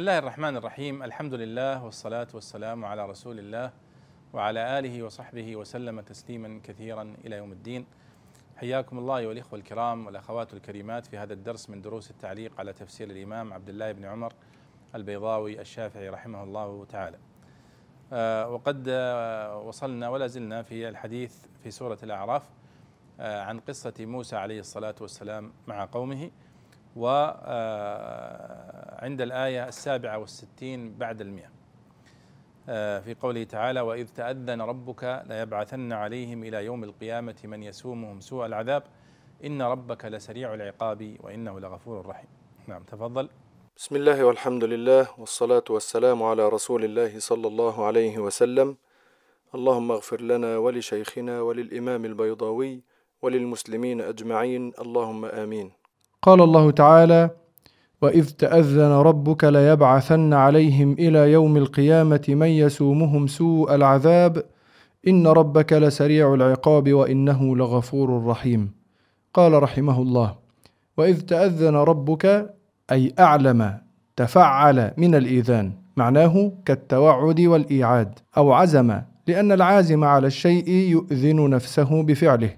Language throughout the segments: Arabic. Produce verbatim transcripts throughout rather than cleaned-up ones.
الله الرحمن الرحيم. الحمد لله والصلاة والسلام على رسول الله وعلى آله وصحبه وسلم تسليما كثيرا إلى يوم الدين. حياكم الله أيها الإخوة الكرام والأخوات الكريمات في هذا الدرس من دروس التعليق على تفسير الإمام عبد الله بن عمر البيضاوي الشافعي رحمه الله تعالى. آه وقد آه وصلنا ولا زلنا في الحديث في سورة الأعراف آه عن قصة موسى عليه الصلاة والسلام مع قومه، وعند الآية السابعة والستين بعد المئة في قوله تعالى: وإذ تأذن ربك ليبعثن عليهم إلى يوم القيامة من يسومهم سوء العذاب إن ربك لسريع العقاب وإنه لغفور رحيم. نعم، تفضل. بسم الله والحمد لله والصلاة والسلام على رسول الله صلى الله عليه وسلم. اللهم اغفر لنا ولشيخنا وللإمام البيضاوي وللمسلمين أجمعين، اللهم آمين. قال الله تعالى: وإذ تأذن ربك ليبعثن عليهم إلى يوم القيامة من يسومهم سوء العذاب إن ربك لسريع العقاب وإنه لغفور رحيم. قال رحمه الله: وإذ تأذن ربك أي أعلم تفعل من الإيذان، معناه كالتوعد والإيعاد، أو عزم، لأن العازم على الشيء يؤذن نفسه بفعله،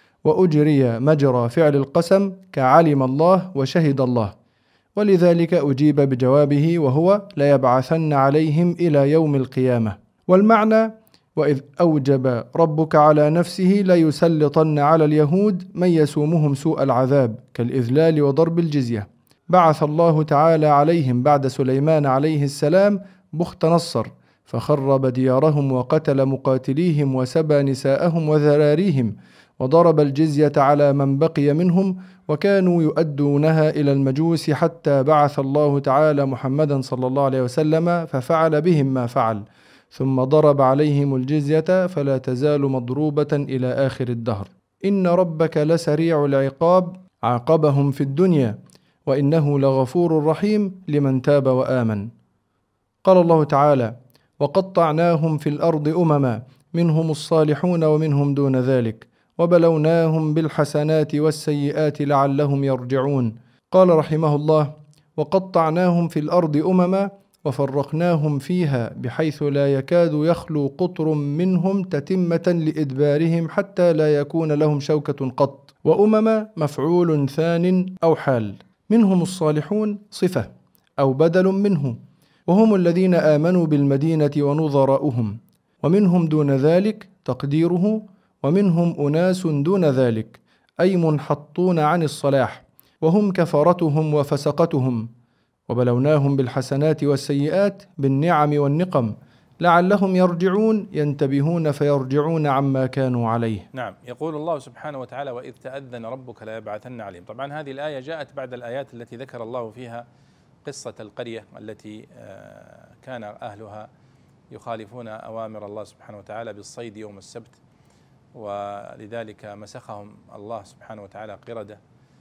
وأجري مجرى فعل القسم كعلم الله وشهد الله، ولذلك أجيب بجوابه وهو ليبعثن عليهم إلى يوم القيامة. والمعنى: وإذ أوجب ربك على نفسه ليسلطن على اليهود من يسومهم سوء العذاب كالإذلال وضرب الجزية. بعث الله تعالى عليهم بعد سليمان عليه السلام بخت نصر، فخرب ديارهم وقتل مقاتليهم وسبى نساءهم وذراريهم، وضرب الجزية على من بقي منهم، وكانوا يؤدونها إلى المجوس حتى بعث الله تعالى محمدا صلى الله عليه وسلم ففعل بهم ما فعل، ثم ضرب عليهم الجزية فلا تزال مضروبة إلى آخر الدهر. إن ربك لسريع العقاب، عاقبهم في الدنيا، وإنه لغفور رحيم لمن تاب وآمن. قال الله تعالى: وقطعناهم في الأرض أمما منهم الصالحون ومنهم دون ذلك وبلوناهم بالحسنات والسيئات لعلهم يرجعون. قال رحمه الله: وقطعناهم في الأرض أمما وفرقناهم فيها بحيث لا يكاد يخلو قطر منهم تتمة لإدبارهم حتى لا يكون لهم شوكة قط. وأمما مفعول ثان أو حال. منهم الصالحون صفة أو بدل منه، وهم الذين آمنوا بالمدينة ونظراؤهم. ومنهم دون ذلك تقديره: ومنهم أناس دون ذلك، أي منحطون عن الصلاح، وهم كفرتهم وفسقتهم. وبلوناهم بالحسنات والسيئات، بالنعم والنقم، لعلهم يرجعون، ينتبهون فيرجعون عما كانوا عليه. نعم، يقول الله سبحانه وتعالى: وإذ تأذن ربك ليبعثن عليهم. طبعا هذه الآية جاءت بعد الآيات التي ذكر الله فيها قصة القرية التي كان أهلها يخالفون أوامر الله سبحانه وتعالى بالصيد يوم السبت، ولذلك مسخهم الله سبحانه وتعالى قردة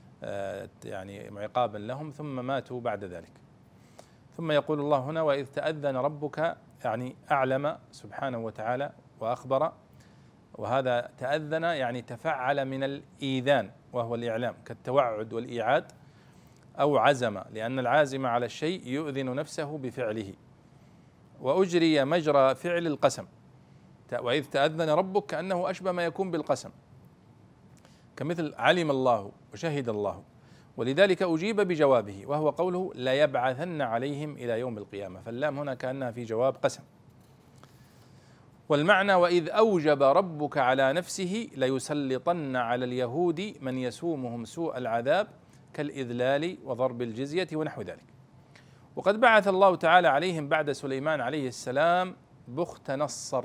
يعني عقابا لهم، ثم ماتوا بعد ذلك. ثم يقول الله هنا: وإذ تأذن ربك، يعني أعلم سبحانه وتعالى وأخبر، وهذا تأذن يعني تفعل من الإيذان وهو الإعلام كالتوعد والإيعاد، أو عزم، لأن العازم على الشيء يؤذن نفسه بفعله، وأجري مجرى فعل القسم. وإذ تأذن ربك كأنه أشبه ما يكون بالقسم، كمثل علم الله وشهد الله، ولذلك أجيب بجوابه وهو قوله ليبعثن عليهم إلى يوم القيامة، فاللام هنا كأنها في جواب قسم. والمعنى: وإذ أوجب ربك على نفسه ليسلطن على اليهود من يسومهم سوء العذاب كالإذلال وضرب الجزية ونحو ذلك. وقد بعث الله تعالى عليهم بعد سليمان عليه السلام بخت نصر،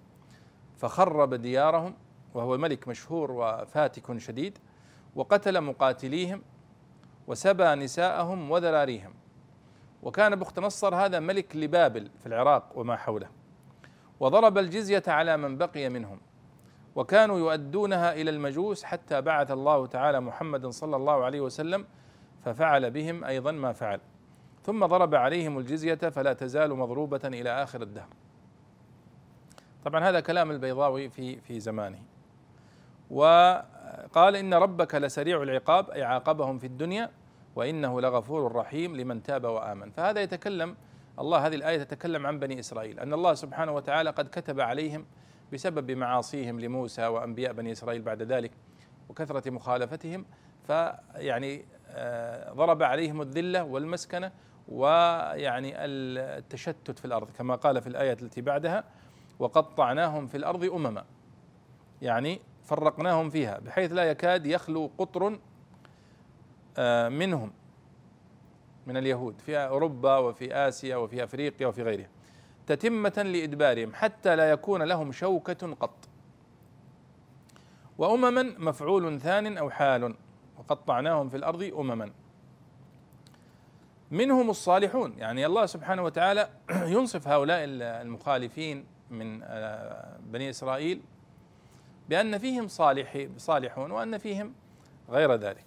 فخرب ديارهم، وهو ملك مشهور وفاتك شديد، وقتل مقاتليهم وسبى نساءهم وذراريهم. وكان بخت نصر هذا ملك لبابل في العراق وما حوله، وضرب الجزية على من بقي منهم، وكانوا يؤدونها إلى المجوس حتى بعث الله تعالى محمدا صلى الله عليه وسلم ففعل بهم أيضا ما فعل، ثم ضرب عليهم الجزية فلا تزال مضروبة إلى آخر الدهر. طبعا هذا كلام البيضاوي في في زمانه. وقال: إن ربك لسريع العقاب، أي عاقبهم في الدنيا، وإنه لغفور رحيم لمن تاب وآمن. فهذا يتكلم الله هذه الآية تتكلم عن بني إسرائيل، أن الله سبحانه وتعالى قد كتب عليهم بسبب معاصيهم لموسى وأنبياء بني إسرائيل بعد ذلك وكثرة مخالفتهم، فيعني ضرب عليهم الذلة والمسكنة ويعني التشتت في الأرض، كما قال في الآية التي بعدها: وقطعناهم في الأرض أمما، يعني فرقناهم فيها بحيث لا يكاد يخلو قطر منهم من اليهود في أوروبا وفي آسيا وفي أفريقيا وفي غيرها، تتمة لإدبارهم حتى لا يكون لهم شوكة قط. وأمما مفعول ثان أو حال، وقطعناهم في الأرض أمما. منهم الصالحون، يعني الله سبحانه وتعالى ينصف هؤلاء المخالفين من بني إسرائيل بأن فيهم صالح صالحون وأن فيهم غير ذلك.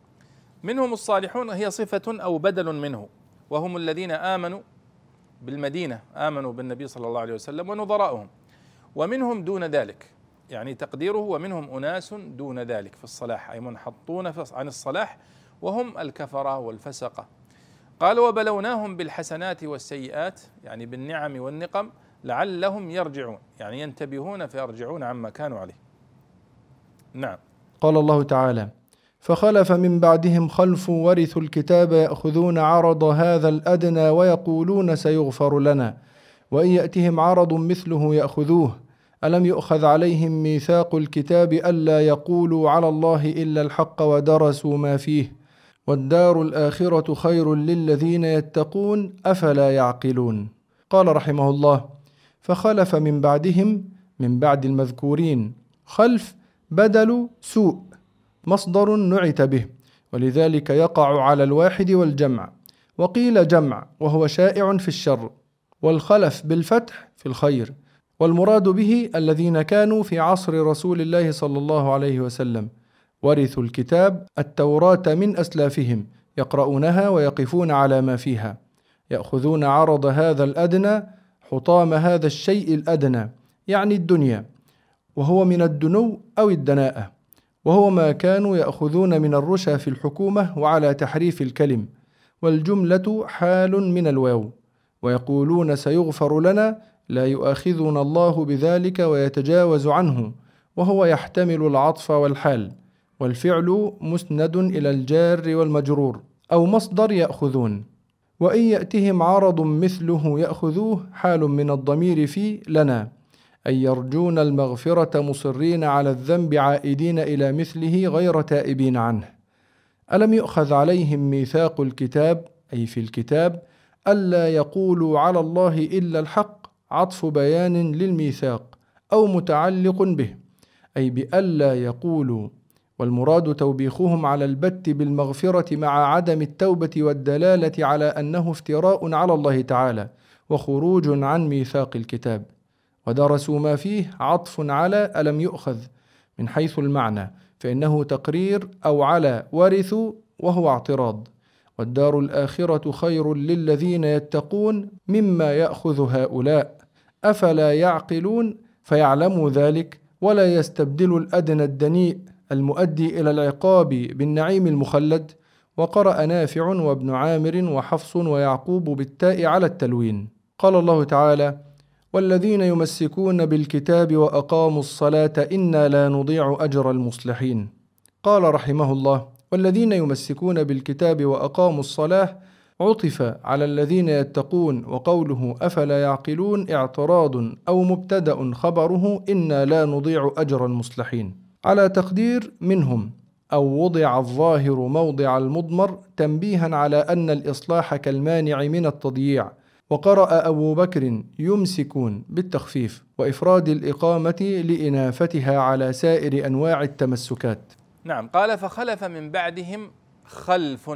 منهم الصالحون هي صفة أو بدل منه، وهم الذين آمنوا بالمدينة، آمنوا بالنبي صلى الله عليه وسلم ونظراؤهم. ومنهم دون ذلك، يعني تقديره ومنهم أناس دون ذلك في الصلاح، أي منحطون عن الصلاح وهم الكفرة والفسقة. قال: وبلوناهم بالحسنات والسيئات، يعني بالنعم والنقم، لعلهم يرجعون، يعني ينتبهون فيرجعون عما كانوا عليه. نعم. قال الله تعالى: فخلف من بعدهم خلف ورثوا الكتاب يأخذون عرض هذا الأدنى ويقولون سيغفر لنا وإن يأتهم عرض مثله يأخذوه ألم يؤخذ عليهم ميثاق الكتاب ألا يقولوا على الله إلا الحق ودرسوا ما فيه والدار الآخرة خير للذين يتقون أفلا يعقلون. قال رحمه الله: فخلف من بعدهم، من بعد المذكورين، خلف بدل سوء مصدر نعت به، ولذلك يقع على الواحد والجمع، وقيل جمع وهو شائع في الشر، والخلف بالفتح في الخير، والمراد به الذين كانوا في عصر رسول الله صلى الله عليه وسلم ورثوا الكتاب التوراة من أسلافهم يقرؤونها ويقفون على ما فيها، يأخذون عرض هذا الأدنى، حطام هذا الشيء الأدنى، يعني الدنيا، وهو من الدنو أو الدناءة، وهو ما كانوا يأخذون من الرشا في الحكومة وعلى تحريف الكلم، والجملة حال من الواو. ويقولون سيغفر لنا، لا يؤاخذنا الله بذلك ويتجاوز عنه، وهو يحتمل العطف والحال، والفعل مسند إلى الجار والمجرور أو مصدر يأخذون. وإن يأتهم عرض مثله يأخذوه حال من الضمير في لنا، أي يرجون المغفرة مصرين على الذنب عائدين إلى مثله غير تائبين عنه. ألم يؤخذ عليهم ميثاق الكتاب، أي في الكتاب، ألا يقولوا على الله إلا الحق، عطف بيان للميثاق أو متعلق به، أي بألا يقولوا، والمراد توبيخهم على البت بالمغفرة مع عدم التوبة والدلالة على أنه افتراء على الله تعالى وخروج عن ميثاق الكتاب. ودرسوا ما فيه عطف على ألم يؤخذ من حيث المعنى، فإنه تقرير، أو على ورثوا وهو اعتراض. والدار الآخرة خير للذين يتقون مما يأخذ هؤلاء أفلا يعقلون، فيعلموا ذلك ولا يستبدل الأدنى الدنيء المؤدي إلى العقاب بالنعيم المخلد. وقرأ نافع وابن عامر وحفص ويعقوب بالتاء على التلوين. قال الله تعالى: والذين يمسكون بالكتاب وأقاموا الصلاة إنا لا نضيع أجر المصلحين. قال رحمه الله: والذين يمسكون بالكتاب وأقاموا الصلاة عطف على الذين يتقون، وقوله أفلا يعقلون اعتراض أو مبتدأ خبره إنا لا نضيع أجر المصلحين، على تقدير منهم، أو وضع الظاهر موضع المضمر تنبيها على أن الإصلاح كالمانع من التضييع. وقرأ أبو بكر يمسكون بالتخفيف وإفراد الإقامة لإنافتها على سائر أنواع التمسكات. نعم. قال: فخلف من بعدهم خلف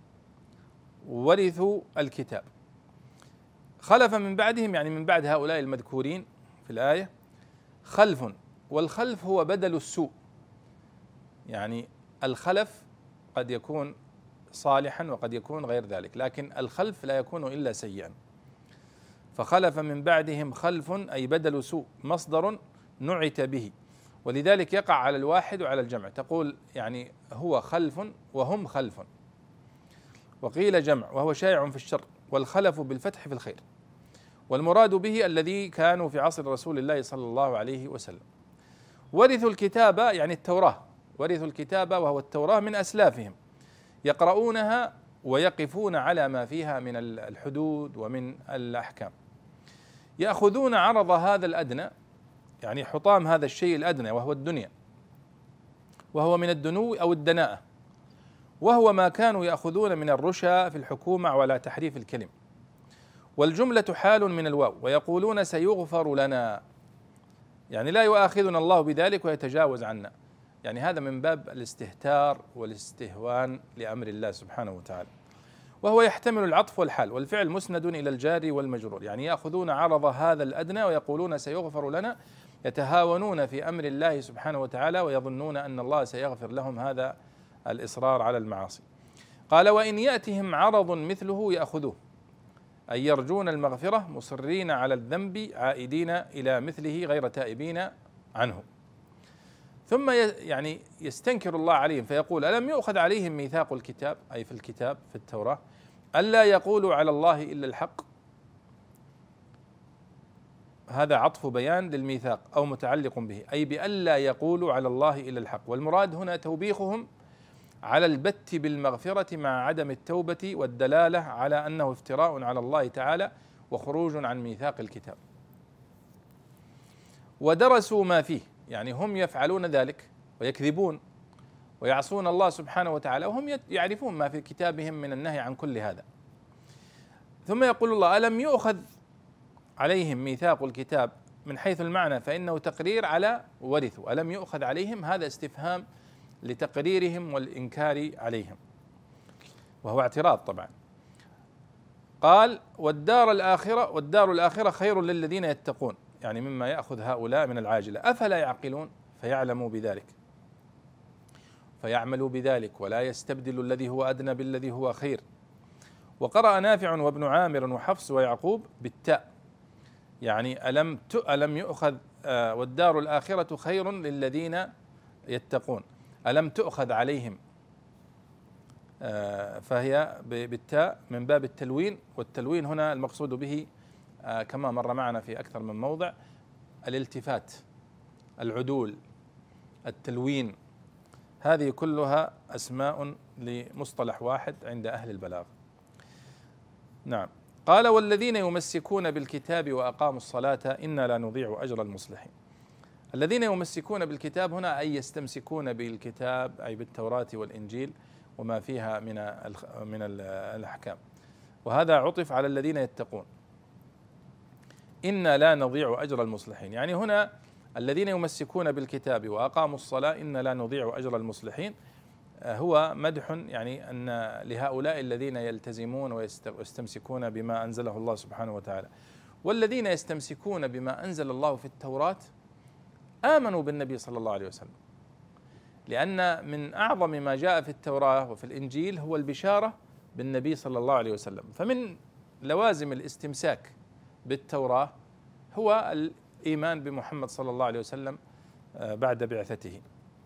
ورثوا الكتاب. خلف من بعدهم يعني من بعد هؤلاء المذكورين في الآية خلف، والخلف هو بدل السوء، يعني الخلف قد يكون صالحا وقد يكون غير ذلك، لكن الخلف لا يكون إلا سيئا. فخلف من بعدهم خلف أي بدل سوء، مصدر نعت به، ولذلك يقع على الواحد وعلى الجمع، تقول يعني هو خلف وهم خلف. وقيل جمع وهو شائع في الشر، والخلف بالفتح في الخير، والمراد به الذي كانوا في عصر رسول الله صلى الله عليه وسلم. ورثوا الكتاب يعني التوراة، ورثوا الكتاب وهو التوراة من أسلافهم، يقرؤونها ويقفون على ما فيها من الحدود ومن الأحكام، يأخذون عرض هذا الأدنى، يعني حطام هذا الشيء الأدنى وهو الدنيا، وهو من الدنو أو الدناءة، وهو ما كانوا يأخذون من الرشا في الحكومة ولا تحريف الكلم، والجملة حال من الواو، ويقولون سيغفر لنا، يعني لا يؤاخذنا الله بذلك ويتجاوز عنا، يعني هذا من باب الاستهتار والاستهوان لأمر الله سبحانه وتعالى. وهو يحتمل العطف والحال، والفعل مسند إلى الجار والمجرور، يعني يأخذون عرض هذا الأدنى ويقولون سيغفر لنا، يتهاونون في أمر الله سبحانه وتعالى ويظنون أن الله سيغفر لهم هذا الإصرار على المعاصي. قال وإن يأتهم عرض مثله يأخذوه، أي يرجون المغفرة مصرين على الذنب عائدين إلى مثله غير تائبين عنه. ثم يعني يستنكر الله عليهم فيقول ألم يؤخذ عليهم ميثاق الكتاب، أي في الكتاب في التوراة، ألا يقولوا على الله إلا الحق. هذا عطف بيان للميثاق أو متعلق به، أي بألا يقولوا على الله إلا الحق، والمراد هنا توبيخهم على البت بالمغفرة مع عدم التوبة، والدلالة على أنه افتراء على الله تعالى وخروج عن ميثاق الكتاب. ودرسوا ما فيه، يعني هم يفعلون ذلك ويكذبون ويعصون الله سبحانه وتعالى وهم يعرفون ما في كتابهم من النهي عن كل هذا. ثم يقول الله ألم يؤخذ عليهم ميثاق الكتاب، من حيث المعنى فإنه تقرير على ورثوا، ألم يؤخذ عليهم هذا استفهام لتقريرهم والإنكار عليهم، وهو اعتراض طبعا. قال والدار الآخرة، والدار الآخرة خير للذين يتقون، يعني مما يأخذ هؤلاء من العاجلة، أفلا يعقلون فيعلموا بذلك فيعملوا بذلك ولا يستبدل الذي هو أدنى بالذي هو خير. وقرأ نافع وابن عامر وحفص ويعقوب بالتاء، يعني ألم ألم يؤخذ آه والدار الآخرة خير للذين يتقون، ألم تؤخذ عليهم آه فهي بالتاء من باب التلوين، والتلوين هنا المقصود به آه كما مر معنا في أكثر من موضع الالتفات، العدول، التلوين، هذه كلها أسماء لمصطلح واحد عند أهل البلاغة. نعم. قال والذين يمسكون بالكتاب وأقاموا الصلاة إنا لا نضيع أجر المصلحين. الذين يمسكون بالكتاب هنا أي يستمسكون بالكتاب، أي بالتوراة والإنجيل وما فيها من من الأحكام، وهذا عطف على الذين يتقون. إنا لا نضيع أجر المصلحين، يعني هنا الذين يمسكون بالكتاب وأقاموا الصلاة إنا لا نضيع أجر المصلحين، هو مدح يعني أن لهؤلاء الذين يلتزمون ويستمسكون بما أنزله الله سبحانه وتعالى. والذين يستمسكون بما أنزل الله في التوراة آمنوا بالنبي صلى الله عليه وسلم، لأن من أعظم ما جاء في التوراة وفي الإنجيل هو البشارة بالنبي صلى الله عليه وسلم، فمن لوازم الاستمساك بالتوراة هو الإيمان بمحمد صلى الله عليه وسلم بعد بعثته.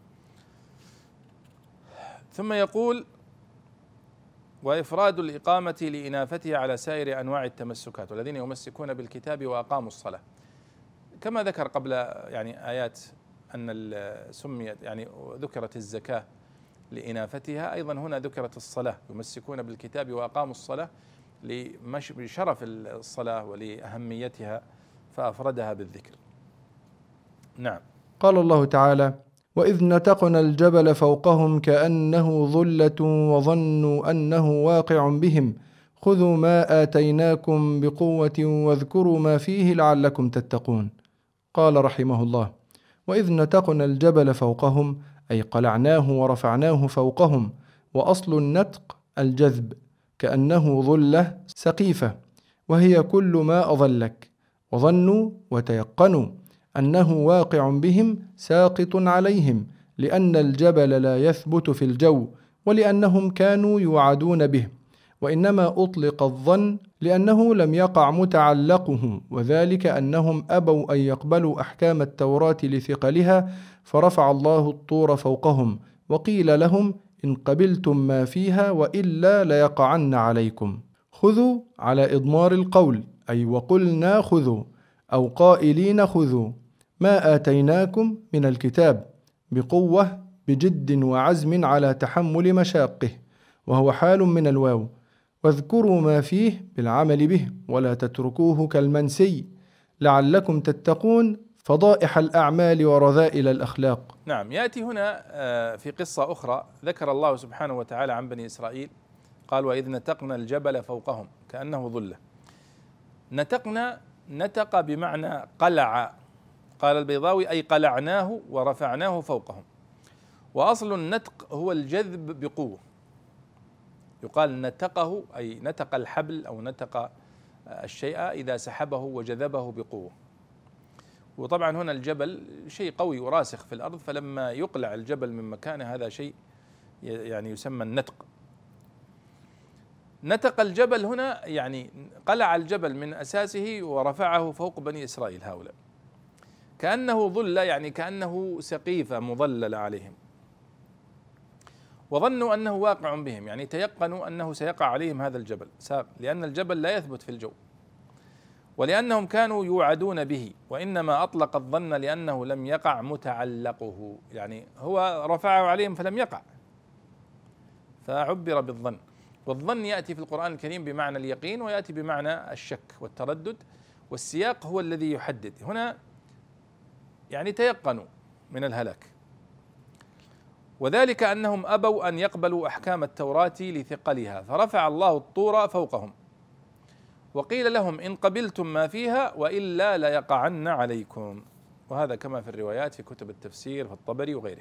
ثم يقول وإفراد الإقامة لإنافتها على سائر أنواع التمسكات، والذين يمسكون بالكتاب وأقاموا الصلاة، كما ذكر قبل يعني آيات أن سميت يعني ذكرت الزكاة لإنافتها، أيضا هنا ذكرت الصلاة، يمسكون بالكتاب وأقاموا الصلاة لشرف الصلاة ولأهميتها فأفردها بالذكر. نعم. قال الله تعالى وإذ نتقنا الجبل فوقهم كأنه ظلة وظنوا أنه واقع بهم خذوا ما آتيناكم بقوة واذكروا ما فيه لعلكم تتقون. قال رحمه الله وإذ نتقنا الجبل فوقهم أي قلعناه ورفعناه فوقهم، وأصل النتق الجذب، كأنه ظلة سقيفة وهي كل ما أظلك، وظنوا وتيقنوا أنه واقع بهم ساقط عليهم، لأن الجبل لا يثبت في الجو ولأنهم كانوا يوعدون به، وإنما أطلق الظن لأنه لم يقع متعلقه، وذلك أنهم أبوا أن يقبلوا أحكام التوراة لثقلها، فرفع الله الطور فوقهم وقيل لهم إن قبلتم ما فيها وإلا ليقعن عليكم. خذوا على إضمار القول، أي وقلنا خذوا، أو قائلين خذوا ما آتيناكم من الكتاب بقوة بجد وعزم على تحمل مشاقه، وهو حال من الواو. واذكروا ما فيه بالعمل به، ولا تتركوه كالمنسي لعلكم تتقون فضائح الأعمال ورذائل الأخلاق. نعم، يأتي هنا في قصة أخرى ذكر الله سبحانه وتعالى عن بني إسرائيل، قال وإذ نتقنا الجبل فوقهم كأنه ظلة. نتقنا، نتق بمعنى قلع، قال البيضاوي أي قلعناه ورفعناه فوقهم. وأصل النتق هو الجذب بقوة، يقال نتقه أي نتق الحبل أو نتق الشيء إذا سحبه وجذبه بقوة. وطبعا هنا الجبل شيء قوي وراسخ في الأرض، فلما يقلع الجبل من مكانه هذا شيء يعني يسمى النتق. نتق الجبل هنا يعني قلع الجبل من أساسه ورفعه فوق بني إسرائيل هؤلاء، كأنه ظل، يعني كأنه سقيفة مظللة عليهم، وظنوا أنه واقع بهم، يعني تيقنوا أنه سيقع عليهم هذا الجبل، لأن الجبل لا يثبت في الجو، ولأنهم كانوا يوعدون به، وإنما أطلق الظن لأنه لم يقع متعلقه، يعني هو رفعه عليهم فلم يقع، فعبر بالظن. والظن يأتي في القرآن الكريم بمعنى اليقين، ويأتي بمعنى الشك والتردد، والسياق هو الذي يحدد. هنا يعني تيقنوا من الهلاك، وذلك أنهم أبوا أن يقبلوا أحكام التوراة لثقلها، فرفع الله الطور فوقهم وقيل لهم إن قبلتم ما فيها وإلا ليقعن عليكم، وهذا كما في الروايات في كتب التفسير في الطبري وغيره.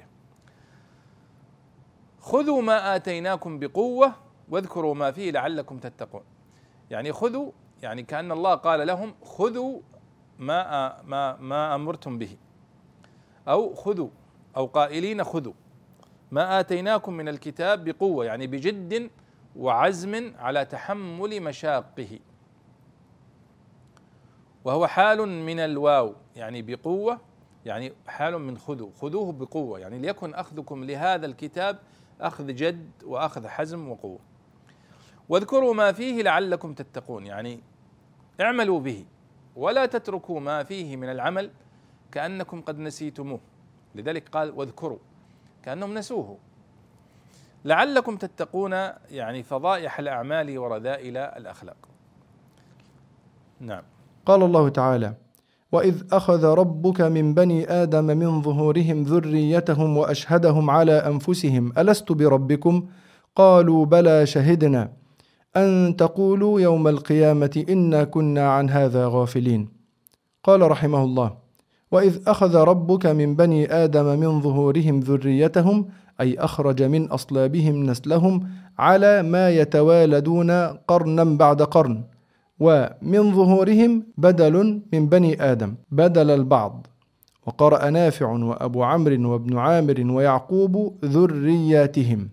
خذوا ما آتيناكم بقوة واذكروا ما فيه لعلكم تتقون، يعني خذوا، يعني كأن الله قال لهم خذوا ما ما ما أمرتم به، أو خذوا، أو قائلين خذوا ما آتيناكم من الكتاب بقوة، يعني بجد وعزم على تحمل مشاقه، وهو حال من الواو، يعني بقوة، يعني حال من خذوا، خذوه بقوة، يعني ليكن أخذكم لهذا الكتاب أخذ جد وأخذ حزم وقوة. واذكروا ما فيه لعلكم تتقون، يعني اعملوا به ولا تتركوا ما فيه من العمل كأنكم قد نسيتموه، لذلك قال واذكروا كأنهم نسوه، لعلكم تتقون، يعني فضائح الأعمال ورذائل الأخلاق. نعم. قال الله تعالى وإذ أخذ ربك من بني آدم من ظهورهم ذريتهم وأشهدهم على أنفسهم ألست بربكم قالوا بلى شهدنا أن تقولوا يوم القيامة إنا كنا عن هذا غافلين. قال رحمه الله وإذ أخذ ربك من بني آدم من ظهورهم ذريتهم، أي أخرج من أصلابهم نسلهم على ما يتوالدون قرنا بعد قرن، ومن ظهورهم بدل من بني آدم بدل البعض. وقرأ نافع وأبو عمرو وابن عامر ويعقوب ذرياتهم.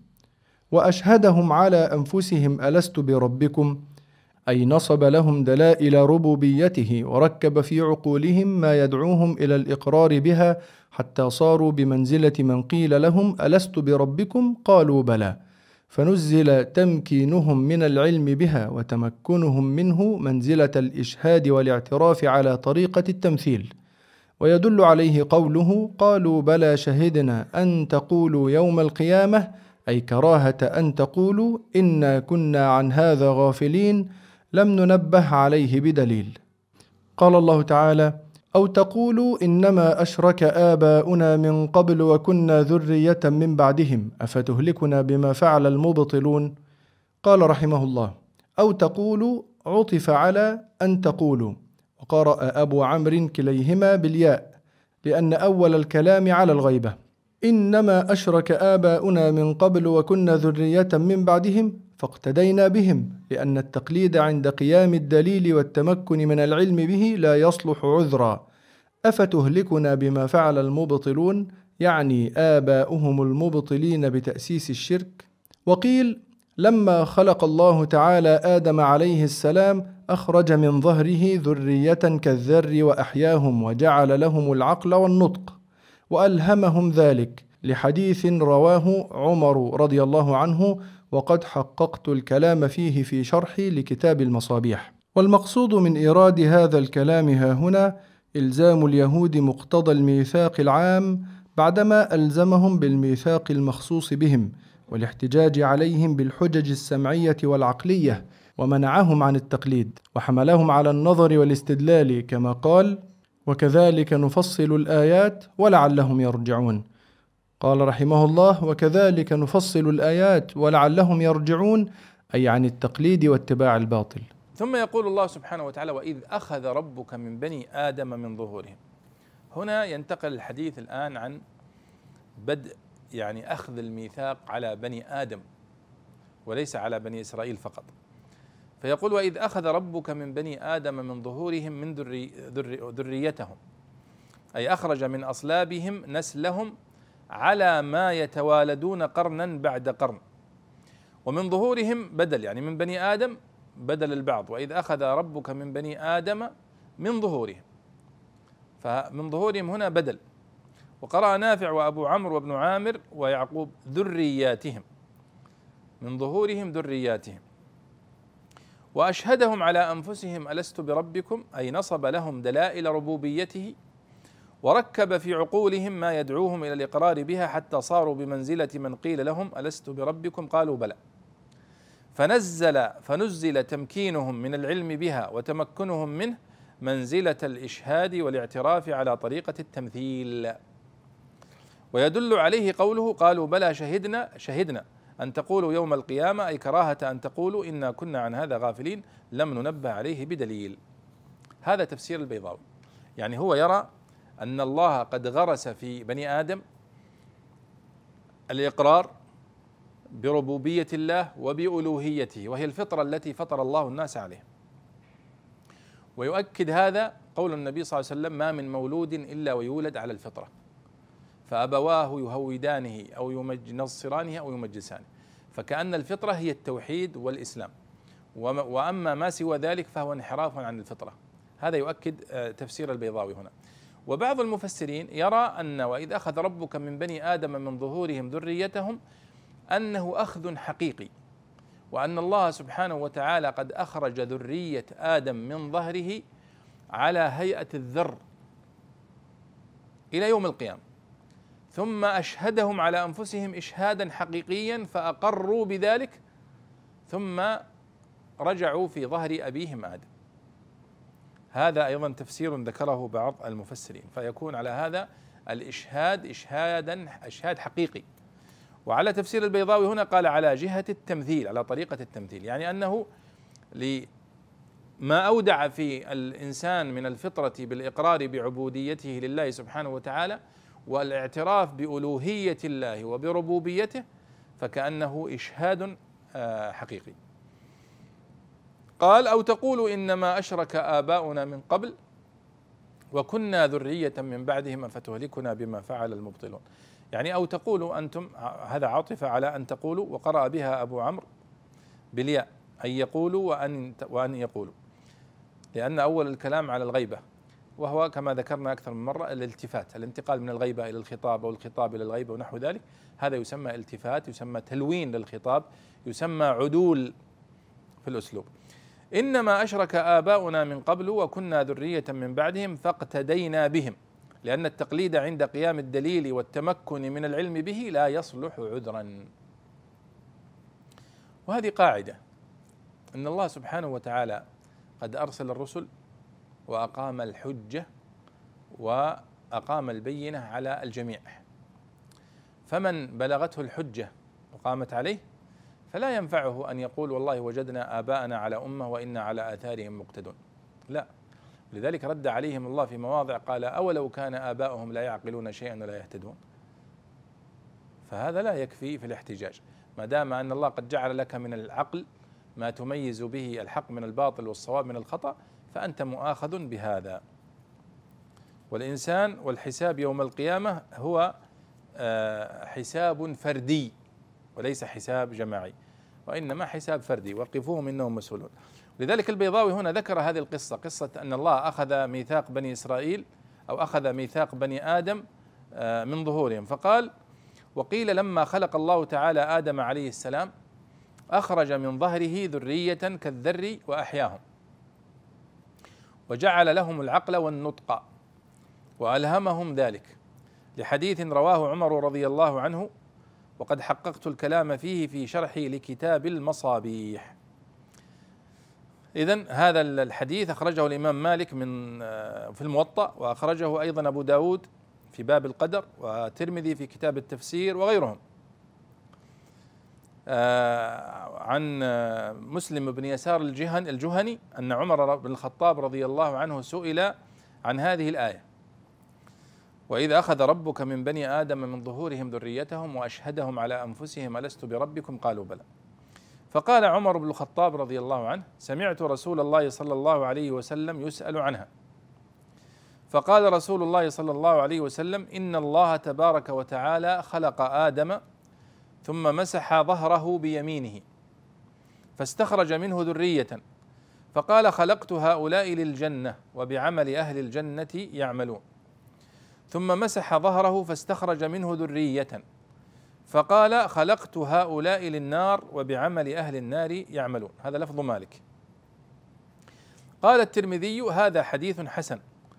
وأشهدهم على أنفسهم ألست بربكم، أي نصب لهم دلائل ربوبيته وركب في عقولهم ما يدعوهم إلى الإقرار بها، حتى صاروا بمنزلة من قيل لهم ألست بربكم قالوا بلى، فنزل تمكينهم من العلم بها وتمكنهم منه منزلة الإشهاد والاعتراف على طريقة التمثيل. ويدل عليه قوله قالوا بلى شهدنا أن تقولوا يوم القيامة، أي كراهة أن تقولوا إنا كنا عن هذا غافلين لم ننبه عليه بدليل. قال الله تعالى أو تقولوا إنما أشرك آباؤنا من قبل وكنا ذرية من بعدهم أفتهلكنا بما فعل المبطلون. قال رحمه الله أو تقولوا عطف على أن تقولوا، وقرأ أبو عمرو كليهما بالياء لأن أول الكلام على الغيبة. إنما أشرك آباؤنا من قبل وكنا ذرية من بعدهم فاقتدينا بهم، لأن التقليد عند قيام الدليل والتمكن من العلم به لا يصلح عذرا. أفتهلكنا بما فعل المبطلون، يعني آباؤهم المبطلين بتأسيس الشرك. وقيل لما خلق الله تعالى آدم عليه السلام أخرج من ظهره ذرية كالذر وأحياهم وجعل لهم العقل والنطق وألهمهم ذلك لحديث رواه عمر رضي الله عنه، وقد حققت الكلام فيه في شرحي لكتاب المصابيح. والمقصود من إيراد هذا الكلام ها هنا إلزام اليهود مقتضى الميثاق العام بعدما ألزمهم بالميثاق المخصوص بهم، والاحتجاج عليهم بالحجج السمعية والعقلية، ومنعهم عن التقليد، وحملهم على النظر والاستدلال كما قال: وكذلك نفصل الآيات ولعلهم يرجعون. قال رحمه الله: وكذلك نفصل الآيات ولعلهم يرجعون، أي عن التقليد واتباع الباطل. ثم يقول الله سبحانه وتعالى: وإذ أخذ ربك من بني آدم من ظهورهم. هنا ينتقل الحديث الآن عن بدء يعني أخذ الميثاق على بني آدم وليس على بني إسرائيل فقط. فيقول: وإذ أخذ ربك من بني آدم من ظهورهم من ذري ذري ذريتهم، أي أخرج من أصلابهم نسلهم على ما يتوالدون قرنا بعد قرن. ومن ظهورهم بدل، يعني من بني آدم بدل البعض، وإذ أخذ ربك من بني آدم من ظهورهم، فمن ظهورهم هنا بدل. وقرأ نافع وأبو عمرو وابن عامر ويعقوب ذرياتهم، من ظهورهم ذرياتهم. وأشهدهم على أنفسهم ألست بربكم، أي نصب لهم دلائل ربوبيته وركب في عقولهم ما يدعوهم إلى الإقرار بها حتى صاروا بمنزلة من قيل لهم ألست بربكم قالوا بلى، فنزل فنزل تمكينهم من العلم بها وتمكنهم منه منزلة الإشهاد والاعتراف على طريقة التمثيل. ويدل عليه قوله: قالوا بلى شهدنا شهدنا أن تقولوا يوم القيامة، أي كراهة أن تقولوا إنا كنا عن هذا غافلين لم ننبه عليه بدليل. هذا تفسير البيضاوي، يعني هو يرى أن الله قد غرس في بني آدم الإقرار بربوبية الله وبألوهيته، وهي الفطرة التي فطر الله الناس عليها. ويؤكد هذا قول النبي صلى الله عليه وسلم: ما من مولود إلا ويولد على الفطرة فأبواه يهودانه أو ينصرانه أو يمجسانه. فكأن الفطرة هي التوحيد والإسلام، وأما ما سوى ذلك فهو انحراف عن الفطرة. هذا يؤكد تفسير البيضاوي هنا. وبعض المفسرين يرى أن وإذ أخذ ربك من بني آدم من ظهورهم ذريتهم أنه أخذ حقيقي، وأن الله سبحانه وتعالى قد أخرج ذرية آدم من ظهره على هيئة الذر إلى يوم القيامة، ثم أشهدهم على أنفسهم إشهادا حقيقيا فأقروا بذلك، ثم رجعوا في ظهر أبيهم آدم. هذا أيضا تفسير ذكره بعض المفسرين، فيكون على هذا الإشهاد إشهادا إشهاد حقيقي. وعلى تفسير البيضاوي هنا قال على جهة التمثيل، على طريقة التمثيل، يعني أنه لما أودع في الإنسان من الفطرة بالإقرار بعبوديته لله سبحانه وتعالى والاعتراف بألوهية الله وبربوبيته، فكأنه إشهاد حقيقي. قال: أو تقولوا إنما أشرك آباؤنا من قبل وكنا ذرية من بعدهم فتهلكنا بما فعل المبطلون. يعني أو تقولوا أنتم، هذا عاطفة على أن تقولوا، وقرأ بها أبو عمرو بالياء، أن يقولوا وأن وأن يقولوا، لأن أول الكلام على الغيبة، وهو كما ذكرنا أكثر من مرة الالتفات، الانتقال من الغيبة إلى الخطاب أو الخطاب إلى الغيبة ونحو ذلك، هذا يسمى التفات، يسمى تلوين للخطاب، يسمى عدول في الأسلوب. إنما أشرك آباؤنا من قبل وكنا ذرية من بعدهم فاقتدينا بهم، لأن التقليد عند قيام الدليل والتمكن من العلم به لا يصلح عذرا. وهذه قاعدة، أن الله سبحانه وتعالى قد أرسل الرسل وأقام الحجة وأقام البينة على الجميع، فمن بلغته الحجة وقامت عليه فلا ينفعه أن يقول والله وجدنا آباءنا على أمة وإنا على آثارهم مقتدون، لا. لذلك رد عليهم الله في مواضع قال: أولو كان آباؤهم لا يعقلون شيئا ولا يهتدون. فهذا لا يكفي في الاحتجاج، ما دام أن الله قد جعل لك من العقل ما تميز به الحق من الباطل والصواب من الخطأ، فأنت مؤاخذ بهذا. والإنسان والحساب يوم القيامة هو حساب فردي وليس حساب جماعي، وإنما حساب فردي، وقفوهم إنهم مسؤولون. لذلك البيضاوي هنا ذكر هذه القصة، قصة أن الله أخذ ميثاق بني إسرائيل أو أخذ ميثاق بني آدم من ظهورهم، فقال: وقيل لما خلق الله تعالى آدم عليه السلام أخرج من ظهره ذرية كالذر وأحياهم وجعل لهم العقل والنطق وألهمهم ذلك، لحديث رواه عمر رضي الله عنه: وقد حققت الكلام فيه في شرحي لكتاب المصابيح. إذن هذا الحديث أخرجه الإمام مالك من في الموطأ، وأخرجه أيضا أبو داود في باب القدر، وترمذي في كتاب التفسير، وغيرهم. عن مسلم بن يسار الجهن الجهني أن عمر بن الخطاب رضي الله عنه سئل عن هذه الآية: وإذا أخذ ربك من بني آدم من ظهورهم ذريتهم وأشهدهم على أنفسهم ألست بربكم قالوا بلى. فقال عمر بن الخطاب رضي الله عنه: سمعت رسول الله صلى الله عليه وسلم يسأل عنها، فقال رسول الله صلى الله عليه وسلم: إن الله تبارك وتعالى خلق آدم ثم مسح ظهره بيمينه فاستخرج منه ذرية، فقال: خلقت هؤلاء للجنة وبعمل أهل الجنة يعملون. ثم مسح ظهره فاستخرج منه ذرية، فقال: خلقت هؤلاء للنار وبعمل أهل النار يعملون. هذا لفظ مالك. قال الترمذي: هذا حديث حسن،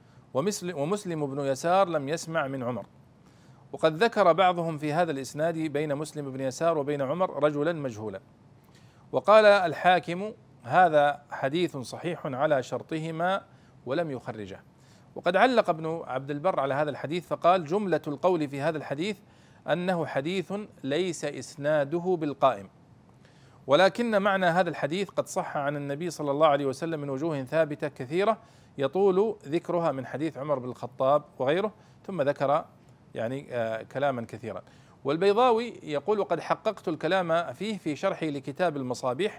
ومسلم بن يسار لم يسمع من عمر. وقد ذكر بعضهم في هذا الإسناد بين مسلم بن يسار وبين عمر رجلا مجهولا. وقال الحاكم: هذا حديث صحيح على شرطهما ولم يخرجه. وقد علق ابن عبد البر على هذا الحديث فقال: جملة القول في هذا الحديث أنه حديث ليس إسناده بالقائم، ولكن معنى هذا الحديث قد صح عن النبي صلى الله عليه وسلم من وجوه ثابتة كثيرة يطول ذكرها من حديث عمر بن الخطاب وغيره، ثم ذكر يعني آه كلاما كثيرا. والبيضاوي يقول: قد حققت الكلام فيه في شرحي لكتاب المصابيح،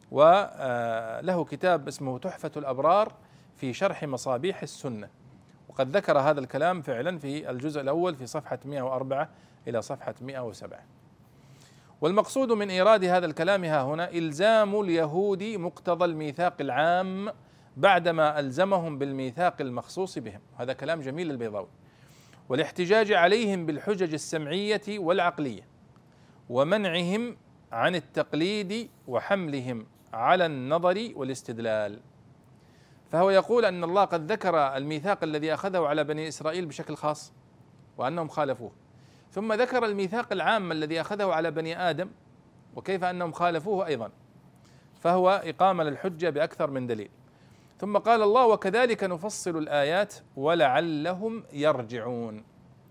وله كتاب اسمه تحفة الأبرار في شرح مصابيح السنة، وقد ذكر هذا الكلام فعلا في الجزء الأول في صفحة مئة وأربعة إلى صفحة مئة وسبعة. والمقصود من إيراد هذا الكلام ها هنا إلزام اليهود مقتضى الميثاق العام بعدما ألزمهم بالميثاق المخصوص بهم. هذا كلام جميل البيضاوي. والاحتجاج عليهم بالحجج السمعية والعقلية، ومنعهم عن التقليد وحملهم على النظر والاستدلال. فهو يقول أن الله قد ذكر الميثاق الذي أخذه على بني إسرائيل بشكل خاص وأنهم خالفوه، ثم ذكر الميثاق العام الذي أخذه على بني آدم وكيف أنهم خالفوه أيضا، فهو إقامة للحجة بأكثر من دليل. ثم قال الله: وكذلك نفصل الآيات ولعلهم يرجعون.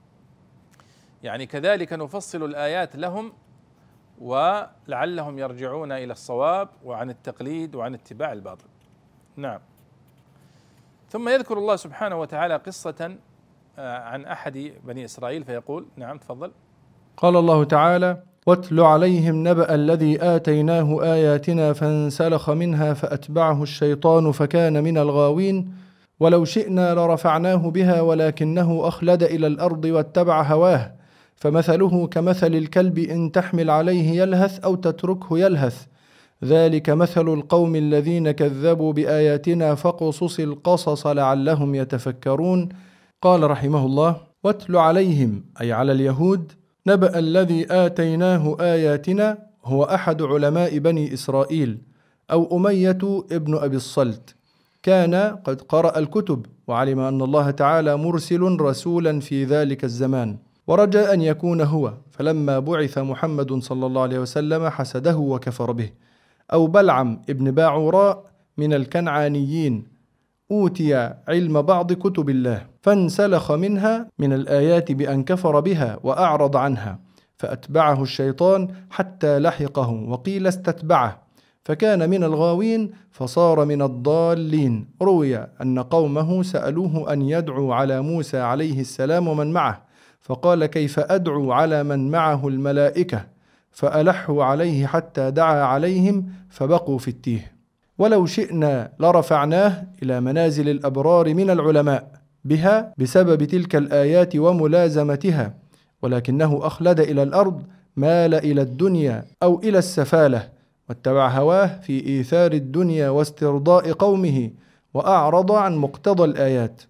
يعني كذلك نفصل الآيات لهم ولعلهم يرجعون إلى الصواب وعن التقليد وعن اتباع الباطل. نعم. ثم يذكر الله سبحانه وتعالى قصة عن أحد بني إسرائيل فيقول: نعم تفضل. قال الله تعالى: واتل عليهم نبأ الذي آتيناه آياتنا فانسلخ منها فأتبعه الشيطان فكان من الغاوين ولو شئنا لرفعناه بها ولكنه أخلد إلى الأرض واتبع هواه فمثله كمثل الكلب إن تحمل عليه يلهث أو تتركه يلهث ذلك مثل القوم الذين كذبوا بآياتنا فاقصص القصص لعلهم يتفكرون. قال رحمه الله: واتل عليهم أي على اليهود نبأ الذي آتيناه آياتنا هو أحد علماء بني إسرائيل أو أمية ابن أبي الصلت، كان قد قرأ الكتب وعلم أن الله تعالى مرسل رسولا في ذلك الزمان ورجى أن يكون هو، فلما بعث محمد صلى الله عليه وسلم حسده وكفر به. أو بلعم ابن باعوراء من الكنعانيين أوتي علم بعض كتب الله فانسلخ منها من الآيات بأن كفر بها وأعرض عنها فأتبعه الشيطان حتى لحقه، وقيل استتبعه فكان من الغاوين فصار من الضالين. روي أن قومه سألوه أن يدعو على موسى عليه السلام ومن معه، فقال: كيف أدعو على من معه الملائكة؟ فألحوا عليه حتى دعا عليهم فبقوا في التيه. ولو شئنا لرفعناه إلى منازل الأبرار من العلماء بها بسبب تلك الآيات وملازمتها، ولكنه أخلد إلى الأرض، مال إلى الدنيا أو إلى السفالة، واتبع هواه في إيثار الدنيا واسترضاء قومه، وأعرض عن مقتضى الآيات.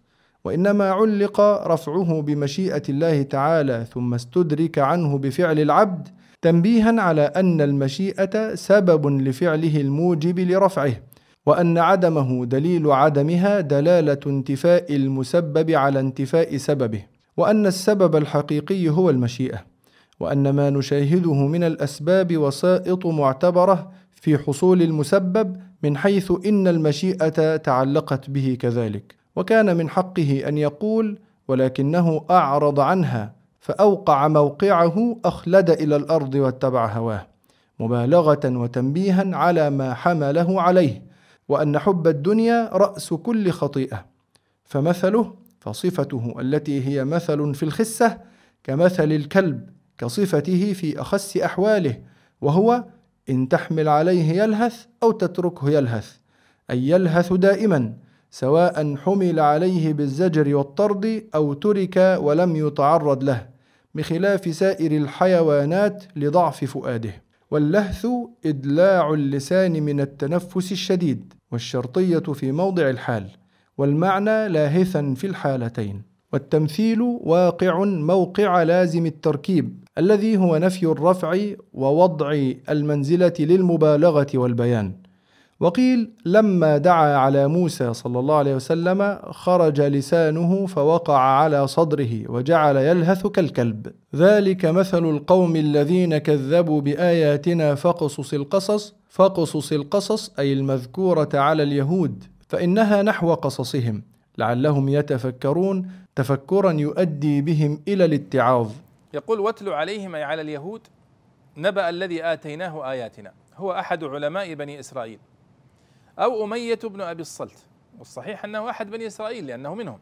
وإنما علق رفعه بمشيئة الله تعالى ثم استدرك عنه بفعل العبد تنبيها على أن المشيئة سبب لفعله الموجب لرفعه، وأن عدمه دليل عدمها دلالة انتفاء المسبب على انتفاء سببه، وأن السبب الحقيقي هو المشيئة، وأن ما نشاهده من الأسباب وسائط معتبرة في حصول المسبب من حيث إن المشيئة تعلقت به كذلك. وكان من حقه أن يقول ولكنه أعرض عنها فأوقع موقعه أخلد إلى الأرض واتبع هواه، مبالغة وتنبيها على ما حمله عليه، وأن حب الدنيا رأس كل خطيئة، فمثله فصفته التي هي مثل في الخسة كمثل الكلب كصفته في أخس أحواله، وهو إن تحمل عليه يلهث أو تتركه يلهث، أي يلهث دائما، سواء حمل عليه بالزجر والطرد أو ترك ولم يتعرض له، بخلاف سائر الحيوانات لضعف فؤاده. واللهث إدلاع اللسان من التنفس الشديد، والشرطية في موضع الحال، والمعنى لاهثا في الحالتين. والتمثيل واقع موقع لازم التركيب الذي هو نفي الرفع ووضع المنزلة للمبالغة والبيان. وقيل لما دعا على موسى صلى الله عليه وسلم خرج لسانه فوقع على صدره وجعل يلهث كالكلب. ذلك مثل القوم الذين كذبوا بآياتنا فاقصص القصص. فاقصص القصص أي المذكورة على اليهود، فإنها نحو قصصهم لعلهم يتفكرون تفكرا يؤدي بهم إلى الاتعاظ. يقول واتل عليهم أي على اليهود نبأ الذي آتيناه آياتنا، هو أحد علماء بني إسرائيل أو أمية بن أبي الصلت، والصحيح أنه أحد بني إسرائيل لأنه منهم،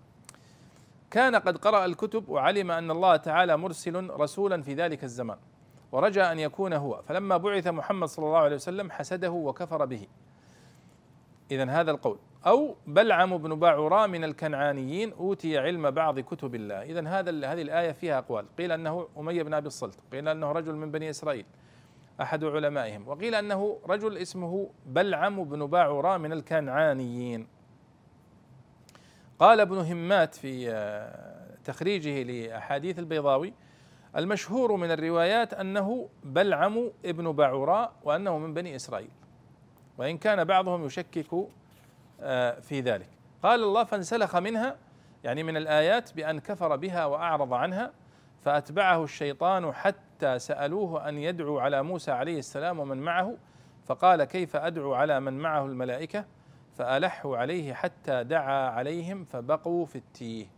كان قد قرأ الكتب وعلم أن الله تعالى مرسل رسولا في ذلك الزمان ورجى أن يكون هو، فلما بعث محمد صلى الله عليه وسلم حسده وكفر به. إذن هذا القول. أو بلعم بن باعوراء من الكنعانيين أوتي علم بعض كتب الله. إذن هذا هذه الآية فيها أقوال، قيل أنه أمية بن أبي الصلت، قيل أنه رجل من بني إسرائيل أحد علمائهم، وقيل أنه رجل اسمه بلعم بن باعوراء من الكنعانيين. قال ابن همات في تخريجه لأحاديث البيضاوي المشهور من الروايات أنه بلعم ابن باعوراء وأنه من بني إسرائيل، وإن كان بعضهم يشكك في ذلك. قال الله فانسلخ منها، يعني من الآيات، بأن كفر بها وأعرض عنها، فأتبعه الشيطان حتى سألوه أن يدعو على موسى عليه السلام ومن معه، فقال كيف أدعو على من معه الملائكة، فألحوا عليه حتى دعا عليهم فبقوا في التيه.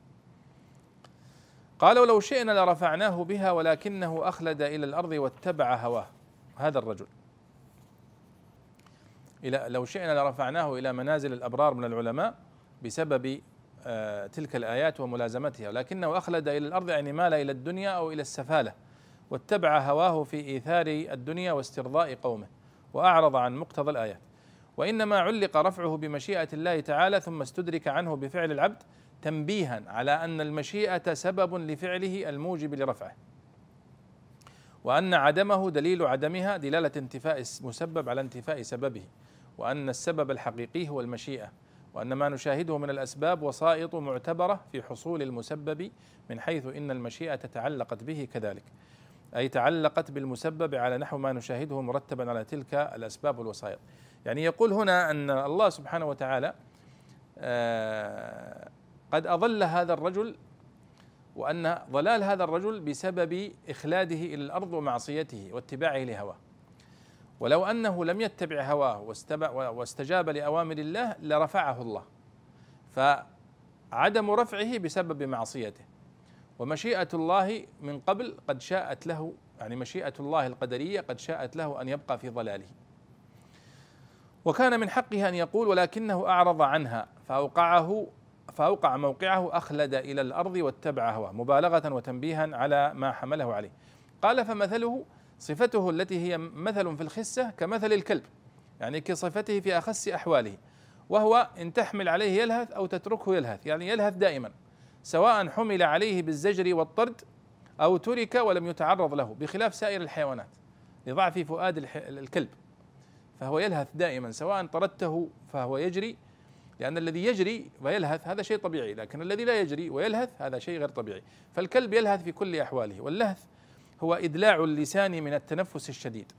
قال ولو شئنا لرفعناه بها ولكنه أخلد إلى الأرض واتبع هواه. هذا الرجل إلى لو شئنا لرفعناه إلى منازل الأبرار من العلماء بسبب آه تلك الآيات وملازمتها، ولكنه أخلد إلى الأرض يعني مال إلى الدنيا أو إلى السفالة، واتبع هواه في إيثار الدنيا واسترضاء قومه، وأعرض عن مقتضى الآيات. وإنما علق رفعه بمشيئة الله تعالى ثم استدرك عنه بفعل العبد تنبيها على أن المشيئة سبب لفعله الموجب لرفعه، وأن عدمه دليل عدمها دلالة انتفاء المسبب على انتفاء سببه، وأن السبب الحقيقي هو المشيئة، وأن ما نشاهده من الأسباب وسائط معتبرة في حصول المسبب من حيث إن المشيئة تعلقت به كذلك، أي تعلقت بالمسبب على نحو ما نشاهده مرتبا على تلك الأسباب والوسائط. يعني يقول هنا أن الله سبحانه وتعالى قد أضل هذا الرجل، وأن ضلال هذا الرجل بسبب إخلاده إلى الأرض ومعصيته واتباعه لهواه، ولو أنه لم يتبع هواه واستجاب لأوامر الله لرفعه الله، فعدم رفعه بسبب معصيته، ومشيئة الله من قبل قد شاءت له، يعني مشيئة الله القدرية قد شاءت له أن يبقى في ضلاله، وكان من حقه أن يقول ولكنه أعرض عنها فأوقعه فأوقع موقعه أخلد إلى الأرض واتبع هواه، مبالغة وتنبيها على ما حمله عليه. قال فمثله صفته التي هي مثل في الخسة كمثل الكلب، يعني كصفته في أخس أحواله، وهو إن تحمل عليه يلهث أو تتركه يلهث، يعني يلهث دائما، سواء حمل عليه بالزجر والطرد أو ترك ولم يتعرض له، بخلاف سائر الحيوانات لضعف فؤاد الكلب، فهو يلهث دائما، سواء طردته فهو يجري لأن الذي يجري ويلهث هذا شيء طبيعي، لكن الذي لا يجري ويلهث هذا شيء غير طبيعي. فالكلب يلهث في كل أحواله، واللهث هو إدلاع اللسان من التنفس الشديد.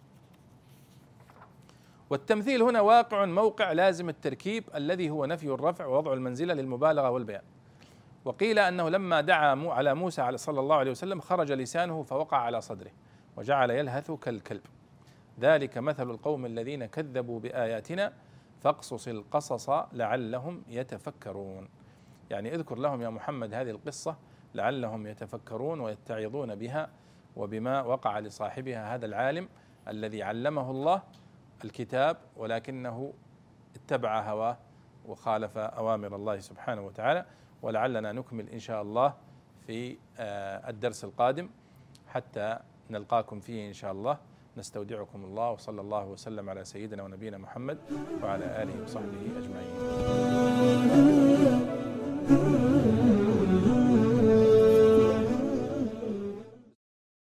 والتمثيل هنا واقع موقع لازم التركيب الذي هو نفي الرفع ووضع المنزلة للمبالغة والبيان. وقيل أنه لما دعا على موسى صلى الله عليه وسلم خرج لسانه فوقع على صدره وجعل يلهث كالكلب. ذلك مثل القوم الذين كذبوا بآياتنا فاقصص القصص لعلهم يتفكرون. يعني اذكر لهم يا محمد هذه القصة لعلهم يتفكرون ويتعظون بها وبما وقع لصاحبها هذا العالم الذي علمه الله الكتاب ولكنه اتبع هواه وخالف أوامر الله سبحانه وتعالى. ولعلنا نكمل إن شاء الله في الدرس القادم حتى نلقاكم فيه إن شاء الله. نستودعكم الله، وصلى الله وسلم على سيدنا ونبينا محمد وعلى آله وصحبه أجمعين.